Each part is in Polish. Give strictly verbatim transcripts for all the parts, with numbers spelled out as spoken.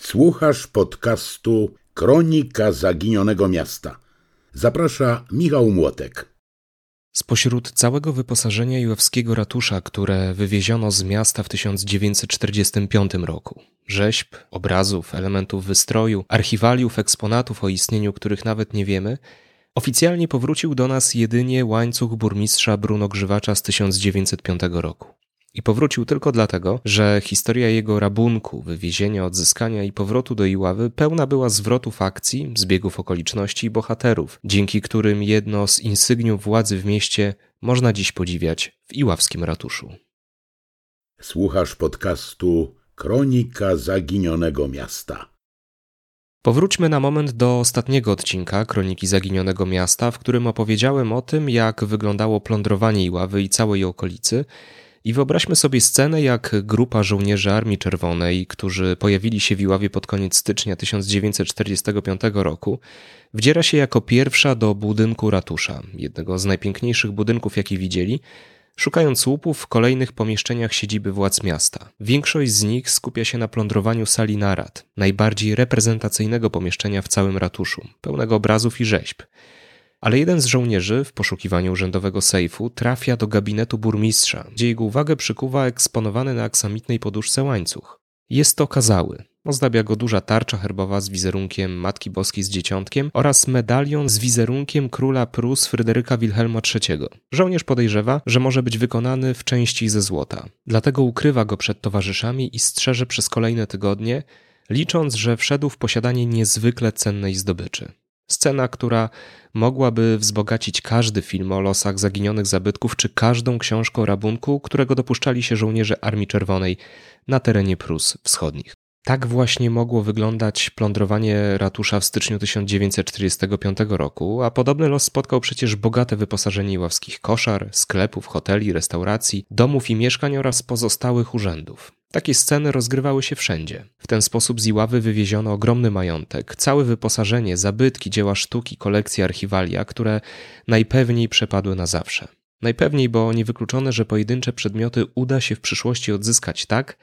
Słuchasz podcastu Kronika Zaginionego Miasta. Zaprasza Michał Młotek. Spośród całego wyposażenia Iławskiego ratusza, które wywieziono z miasta w tysiąc dziewięćset czterdziestym piątym roku, rzeźb, obrazów, elementów wystroju, archiwaliów, eksponatów, o istnieniu których nawet nie wiemy, oficjalnie powrócił do nas jedynie łańcuch burmistrza Bruno Grzywacza z tysiąc dziewięćset piątego roku. I powrócił tylko dlatego, że historia jego rabunku, wywiezienia, odzyskania i powrotu do Iławy pełna była zwrotów akcji, zbiegów okoliczności i bohaterów, dzięki którym jedno z insygniów władzy w mieście można dziś podziwiać w iławskim ratuszu. Słuchasz podcastu Kronika Zaginionego Miasta. Powróćmy na moment do ostatniego odcinka Kroniki Zaginionego Miasta, w którym opowiedziałem o tym, jak wyglądało plądrowanie Iławy i całej okolicy. I wyobraźmy sobie scenę, jak grupa żołnierzy Armii Czerwonej, którzy pojawili się w Iławie pod koniec stycznia tysiąc dziewięćset czterdziestego piątego roku, wdziera się jako pierwsza do budynku ratusza, jednego z najpiękniejszych budynków, jakie widzieli, szukając słupów w kolejnych pomieszczeniach siedziby władz miasta. Większość z nich skupia się na plądrowaniu sali narad, najbardziej reprezentacyjnego pomieszczenia w całym ratuszu, pełnego obrazów i rzeźb. Ale jeden z żołnierzy w poszukiwaniu urzędowego sejfu trafia do gabinetu burmistrza, gdzie jego uwagę przykuwa eksponowany na aksamitnej poduszce łańcuch. Jest to kazały. Ozdabia go duża tarcza herbowa z wizerunkiem Matki Boskiej z Dzieciątkiem oraz medalion z wizerunkiem króla Prus Fryderyka Wilhelma trzeciego. Żołnierz podejrzewa, że może być wykonany w części ze złota. Dlatego ukrywa go przed towarzyszami i strzeże przez kolejne tygodnie, licząc, że wszedł w posiadanie niezwykle cennej zdobyczy. Scena, która mogłaby wzbogacić każdy film o losach zaginionych zabytków, czy każdą książkę o rabunku, którego dopuszczali się żołnierze Armii Czerwonej na terenie Prus Wschodnich. Tak właśnie mogło wyglądać plądrowanie ratusza w styczniu tysiąc dziewięćset czterdziestego piątego roku, a podobny los spotkał przecież bogate wyposażenie iławskich koszar, sklepów, hoteli, restauracji, domów i mieszkań oraz pozostałych urzędów. Takie sceny rozgrywały się wszędzie. W ten sposób z Iławy wywieziono ogromny majątek, całe wyposażenie, zabytki, dzieła sztuki, kolekcje, archiwalia, które najpewniej przepadły na zawsze. Najpewniej, bo niewykluczone, że pojedyncze przedmioty uda się w przyszłości odzyskać tak,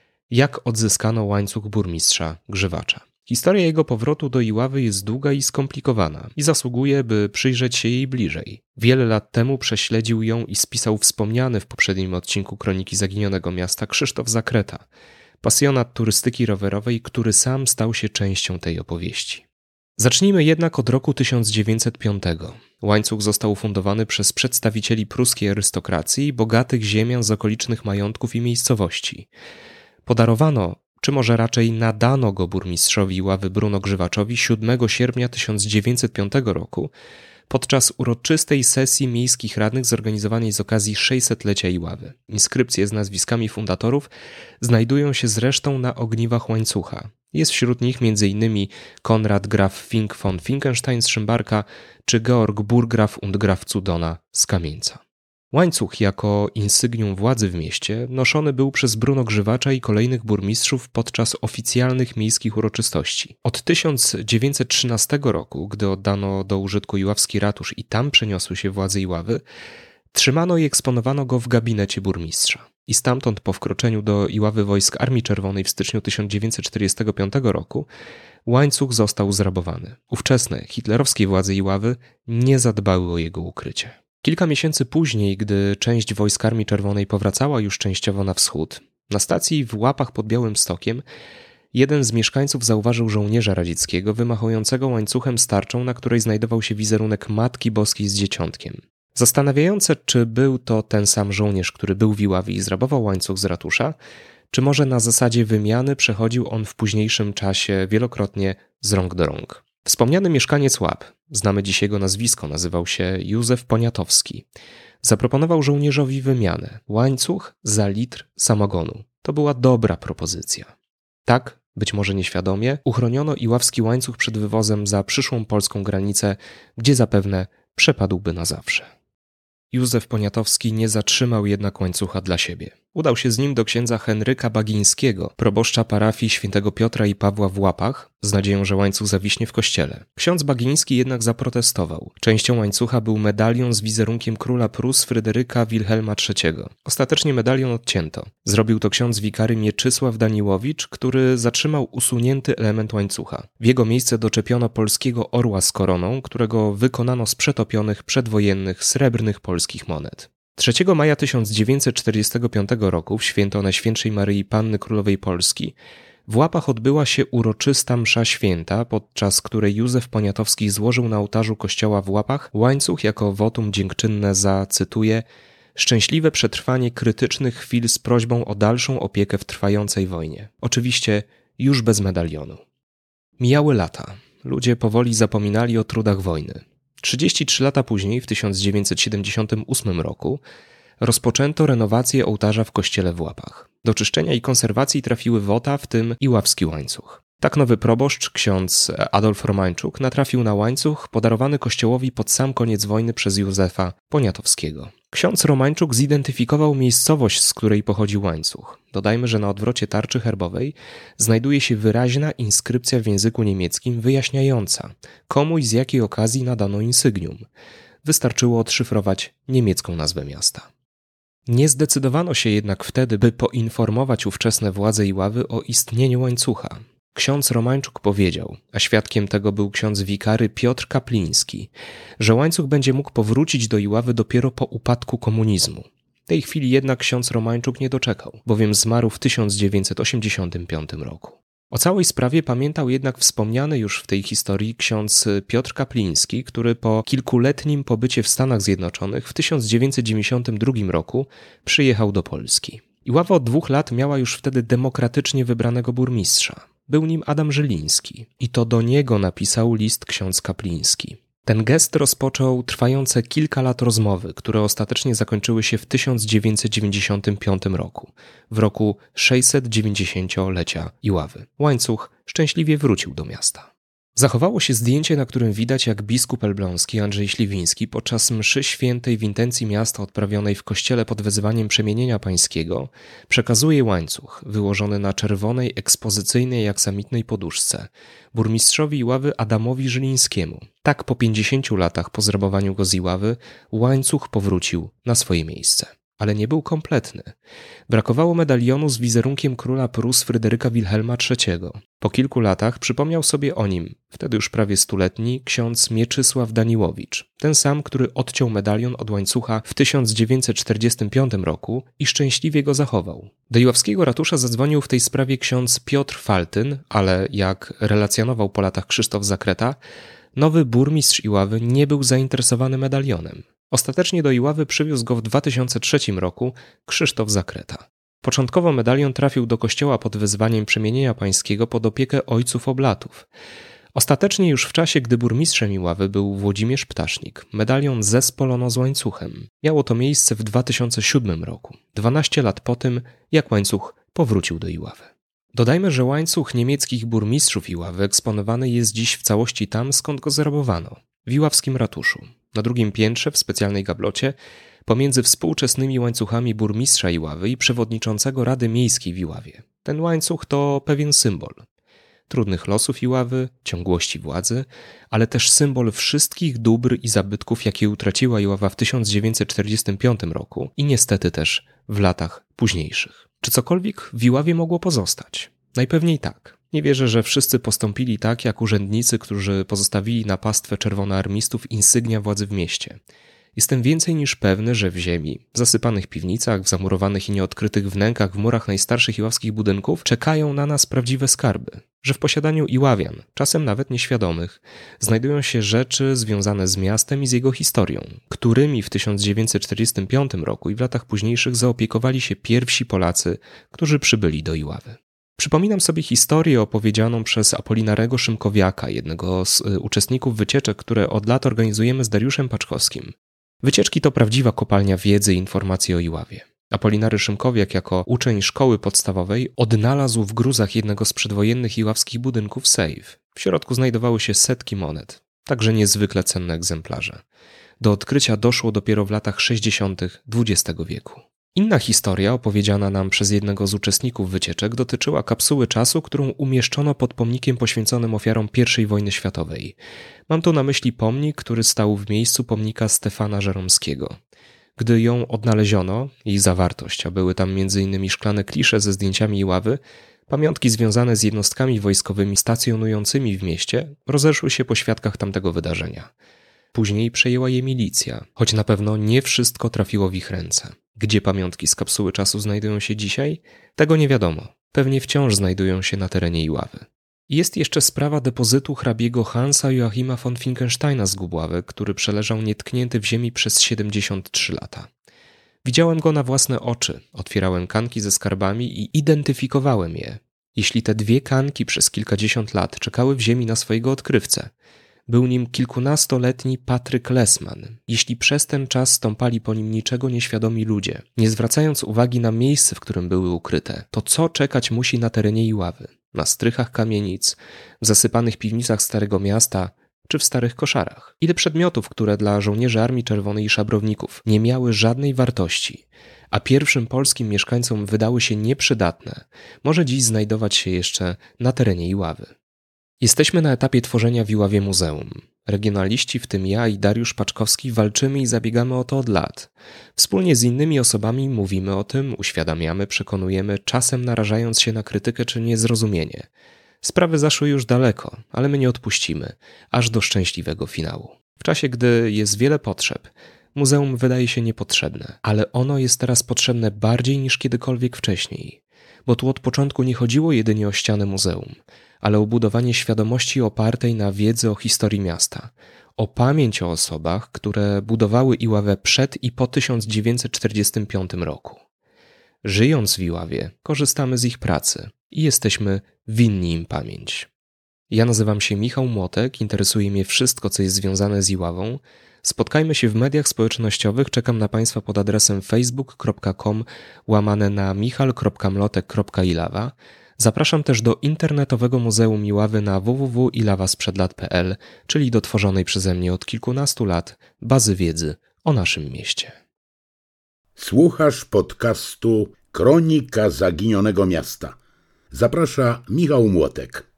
jak odzyskano łańcuch burmistrza Grzywacza. Historia jego powrotu do Iławy jest długa i skomplikowana i zasługuje, by przyjrzeć się jej bliżej. Wiele lat temu prześledził ją i spisał wspomniany w poprzednim odcinku Kroniki Zaginionego Miasta Krzysztof Zakreta, pasjonat turystyki rowerowej, który sam stał się częścią tej opowieści. Zacznijmy jednak od roku tysiąc dziewięćset piątego. Łańcuch został ufundowany przez przedstawicieli pruskiej arystokracji i bogatych ziemian z okolicznych majątków i miejscowości. Podarowano, czy może raczej nadano go burmistrzowi Iławy Bruno Grzywaczowi siódmego sierpnia tysiąc dziewięćset piątego roku podczas uroczystej sesji miejskich radnych zorganizowanej z okazji sześćsetlecia Iławy. Inskrypcje z nazwiskami fundatorów znajdują się zresztą na ogniwach łańcucha. Jest wśród nich między innymi Konrad Graf Fink von Finkenstein z Szymbarka czy Georg Burgraf und Graf Cudona z Kamieńca. Łańcuch jako insygnium władzy w mieście noszony był przez Bruno Grzywacza i kolejnych burmistrzów podczas oficjalnych miejskich uroczystości. Od tysiąc dziewięćset trzynastego roku, gdy oddano do użytku iławski ratusz i tam przeniosły się władze Iławy, trzymano i eksponowano go w gabinecie burmistrza. I stamtąd po wkroczeniu do Iławy wojsk Armii Czerwonej w styczniu tysiąc dziewięćset czterdziestego piątego roku łańcuch został zrabowany. Ówczesne hitlerowskie władze Iławy nie zadbały o jego ukrycie. Kilka miesięcy później, gdy część wojsk Armii Czerwonej powracała już częściowo na wschód, na stacji w Łapach pod Białymstokiem jeden z mieszkańców zauważył żołnierza radzieckiego wymachującego łańcuchem z tarczą, na której znajdował się wizerunek Matki Boskiej z Dzieciątkiem. Zastanawiające, czy był to ten sam żołnierz, który był w Iławie i zrabował łańcuch z ratusza, czy może na zasadzie wymiany przechodził on w późniejszym czasie wielokrotnie z rąk do rąk. Wspomniany mieszkaniec Łap, znamy dziś jego nazwisko, nazywał się Józef Poniatowski, zaproponował żołnierzowi wymianę, łańcuch za litr samogonu. To była dobra propozycja. Tak, być może nieświadomie, uchroniono iławski łańcuch przed wywozem za przyszłą polską granicę, gdzie zapewne przepadłby na zawsze. Józef Poniatowski nie zatrzymał jednak łańcucha dla siebie. Udał się z nim do księdza Henryka Bagińskiego, proboszcza parafii świętego Piotra i Pawła w Łapach, z nadzieją, że łańcuch zawiśnie w kościele. Ksiądz Bagiński jednak zaprotestował. Częścią łańcucha był medalion z wizerunkiem króla Prus Fryderyka Wilhelma trzeciego. Ostatecznie medalion odcięto. Zrobił to ksiądz wikary Mieczysław Daniłowicz, który zatrzymał usunięty element łańcucha. W jego miejsce doczepiono polskiego orła z koroną, którego wykonano z przetopionych przedwojennych srebrnych polskich monet. trzeciego maja tysiąc dziewięćset czterdziestego piątego roku, w święto Najświętszej Maryi Panny Królowej Polski, w Łapach odbyła się uroczysta msza święta, podczas której Józef Poniatowski złożył na ołtarzu kościoła w Łapach łańcuch jako wotum dziękczynne za, cytuję, szczęśliwe przetrwanie krytycznych chwil z prośbą o dalszą opiekę w trwającej wojnie. Oczywiście już bez medalionu. Mijały lata. Ludzie powoli zapominali o trudach wojny. trzydzieści trzy lata później, w tysiąc dziewięćset siedemdziesiątym ósmym roku, rozpoczęto renowację ołtarza w kościele w Łapach. Do czyszczenia i konserwacji trafiły wota, w tym i ławski łańcuch. Tak nowy proboszcz, ksiądz Adolf Romańczuk, natrafił na łańcuch podarowany kościołowi pod sam koniec wojny przez Józefa Poniatowskiego. Ksiądz Romańczuk zidentyfikował miejscowość, z której pochodzi łańcuch. Dodajmy, że na odwrocie tarczy herbowej znajduje się wyraźna inskrypcja w języku niemieckim wyjaśniająca, komu i z jakiej okazji nadano insygnium. Wystarczyło odszyfrować niemiecką nazwę miasta. Nie zdecydowano się jednak wtedy, by poinformować ówczesne władze Iławy o istnieniu łańcucha. Ksiądz Romańczuk powiedział, a świadkiem tego był ksiądz wikary Piotr Kapliński, że łańcuch będzie mógł powrócić do Iławy dopiero po upadku komunizmu. W tej chwili jednak ksiądz Romańczuk nie doczekał, bowiem zmarł w tysiąc dziewięćset osiemdziesiątym piątym roku. O całej sprawie pamiętał jednak wspomniany już w tej historii ksiądz Piotr Kapliński, który po kilkuletnim pobycie w Stanach Zjednoczonych w tysiąc dziewięćset dziewięćdziesiątym drugim roku przyjechał do Polski. Iława od dwóch lat miała już wtedy demokratycznie wybranego burmistrza. Był nim Adam Żyliński i to do niego napisał list ksiądz Kapliński. Ten gest rozpoczął trwające kilka lat rozmowy, które ostatecznie zakończyły się w tysiąc dziewięćset dziewięćdziesiątym piątym roku, w roku sześćset dziewięćdziesięciolecia Iławy. Łańcuch szczęśliwie wrócił do miasta. Zachowało się zdjęcie, na którym widać, jak biskup elbląski Andrzej Śliwiński podczas mszy świętej w intencji miasta odprawionej w kościele pod wezwaniem Przemienienia Pańskiego przekazuje łańcuch wyłożony na czerwonej, ekspozycyjnej, aksamitnej poduszce burmistrzowi Iławy Adamowi Żylińskiemu. Tak po pięćdziesięciu latach po zrabowaniu go z Iławy łańcuch powrócił na swoje miejsce. Ale nie był kompletny. Brakowało medalionu z wizerunkiem króla Prus Fryderyka Wilhelma trzeciego. Po kilku latach przypomniał sobie o nim, wtedy już prawie stuletni, ksiądz Mieczysław Daniłowicz. Ten sam, który odciął medalion od łańcucha w tysiąc dziewięćset czterdziestym piątym roku i szczęśliwie go zachował. Do iławskiego ratusza zadzwonił w tej sprawie ksiądz Piotr Faltyn, ale jak relacjonował po latach Krzysztof Zakreta, nowy burmistrz Iławy nie był zainteresowany medalionem. Ostatecznie do Iławy przywiózł go w dwa tysiące trzecim roku Krzysztof Zakreta. Początkowo medalion trafił do kościoła pod wezwaniem Przemienienia Pańskiego pod opiekę ojców oblatów. Ostatecznie już w czasie, gdy burmistrzem Iławy był Włodzimierz Ptasznik, medalion zespolono z łańcuchem. Miało to miejsce w dwa tysiące siódmym roku, dwanaście lat po tym, jak łańcuch powrócił do Iławy. Dodajmy, że łańcuch niemieckich burmistrzów Iławy eksponowany jest dziś w całości tam, skąd go zrabowano, w iławskim ratuszu. Na drugim piętrze, w specjalnej gablocie, pomiędzy współczesnymi łańcuchami burmistrza Iławy i przewodniczącego Rady Miejskiej w Iławie. Ten łańcuch to pewien symbol trudnych losów Iławy, ciągłości władzy, ale też symbol wszystkich dóbr i zabytków, jakie utraciła Iława w tysiąc dziewięćset czterdziestym piątym roku i niestety też w latach późniejszych. Czy cokolwiek w Iławie mogło pozostać? Najpewniej tak. Nie wierzę, że wszyscy postąpili tak, jak urzędnicy, którzy pozostawili na pastwę czerwonoarmistów insygnia władzy w mieście. Jestem więcej niż pewny, że w ziemi, w zasypanych piwnicach, w zamurowanych i nieodkrytych wnękach w murach najstarszych iławskich budynków czekają na nas prawdziwe skarby. Że w posiadaniu Iławian, czasem nawet nieświadomych, znajdują się rzeczy związane z miastem i z jego historią, którymi w tysiąc dziewięćset czterdziestym piątym roku i w latach późniejszych zaopiekowali się pierwsi Polacy, którzy przybyli do Iławy. Przypominam sobie historię opowiedzianą przez Apolinarego Szymkowiaka, jednego z uczestników wycieczek, które od lat organizujemy z Dariuszem Paczkowskim. Wycieczki to prawdziwa kopalnia wiedzy i informacji o Iławie. Apolinary Szymkowiak jako uczeń szkoły podstawowej odnalazł w gruzach jednego z przedwojennych iławskich budynków sejf. W środku znajdowały się setki monet, także niezwykle cenne egzemplarze. Do odkrycia doszło dopiero w latach sześćdziesiątych dwudziestego wieku. Inna historia, opowiedziana nam przez jednego z uczestników wycieczek, dotyczyła kapsuły czasu, którą umieszczono pod pomnikiem poświęconym ofiarom pierwszej wojny światowej. Mam tu na myśli pomnik, który stał w miejscu pomnika Stefana Żeromskiego. Gdy ją odnaleziono, jej zawartość, a były tam między innymi szklane klisze ze zdjęciami Iławy, pamiątki związane z jednostkami wojskowymi stacjonującymi w mieście rozeszły się po świadkach tamtego wydarzenia. Później przejęła je milicja, choć na pewno nie wszystko trafiło w ich ręce. Gdzie pamiątki z kapsuły czasu znajdują się dzisiaj? Tego nie wiadomo. Pewnie wciąż znajdują się na terenie Iławy. Jest jeszcze sprawa depozytu hrabiego Hansa Joachima von Finkensteina z Gubławy, który przeleżał nietknięty w ziemi przez siedemdziesiąt trzy lata. Widziałem go na własne oczy, otwierałem kanki ze skarbami i identyfikowałem je. Jeśli te dwie kanki przez kilkadziesiąt lat czekały w ziemi na swojego odkrywcę, był nim kilkunastoletni Patryk Lessman. Jeśli przez ten czas stąpali po nim niczego nieświadomi ludzie, nie zwracając uwagi na miejsce, w którym były ukryte, to co czekać musi na terenie Iławy? Na strychach kamienic, w zasypanych piwnicach Starego Miasta czy w starych koszarach? Ile przedmiotów, które dla żołnierzy Armii Czerwonej i szabrowników nie miały żadnej wartości, a pierwszym polskim mieszkańcom wydały się nieprzydatne, może dziś znajdować się jeszcze na terenie Iławy. Jesteśmy na etapie tworzenia w Iławie muzeum. Regionaliści, w tym ja i Dariusz Paczkowski, walczymy i zabiegamy o to od lat. Wspólnie z innymi osobami mówimy o tym, uświadamiamy, przekonujemy, czasem narażając się na krytykę czy niezrozumienie. Sprawy zaszły już daleko, ale my nie odpuścimy, aż do szczęśliwego finału. W czasie, gdy jest wiele potrzeb, muzeum wydaje się niepotrzebne, ale ono jest teraz potrzebne bardziej niż kiedykolwiek wcześniej. Bo tu od początku nie chodziło jedynie o ścianę muzeum, ale o budowanie świadomości opartej na wiedzy o historii miasta, o pamięć o osobach, które budowały Iławę przed i po tysiąc dziewięćset czterdziestym piątym roku. Żyjąc w Iławie, korzystamy z ich pracy i jesteśmy winni im pamięć. Ja nazywam się Michał Młotek, interesuje mnie wszystko, co jest związane z Iławą. Spotkajmy się w mediach społecznościowych, czekam na Państwa pod adresem facebook kropka com łamane na michal kropka mlotek kropka ilawa. Zapraszam też do internetowego Muzeum Iławy na w w w kropka ilawasprzedlat kropka p l, czyli do tworzonej przeze mnie od kilkunastu lat bazy wiedzy o naszym mieście. Słuchasz podcastu Kronika Zaginionego Miasta. Zaprasza Michał Młotek.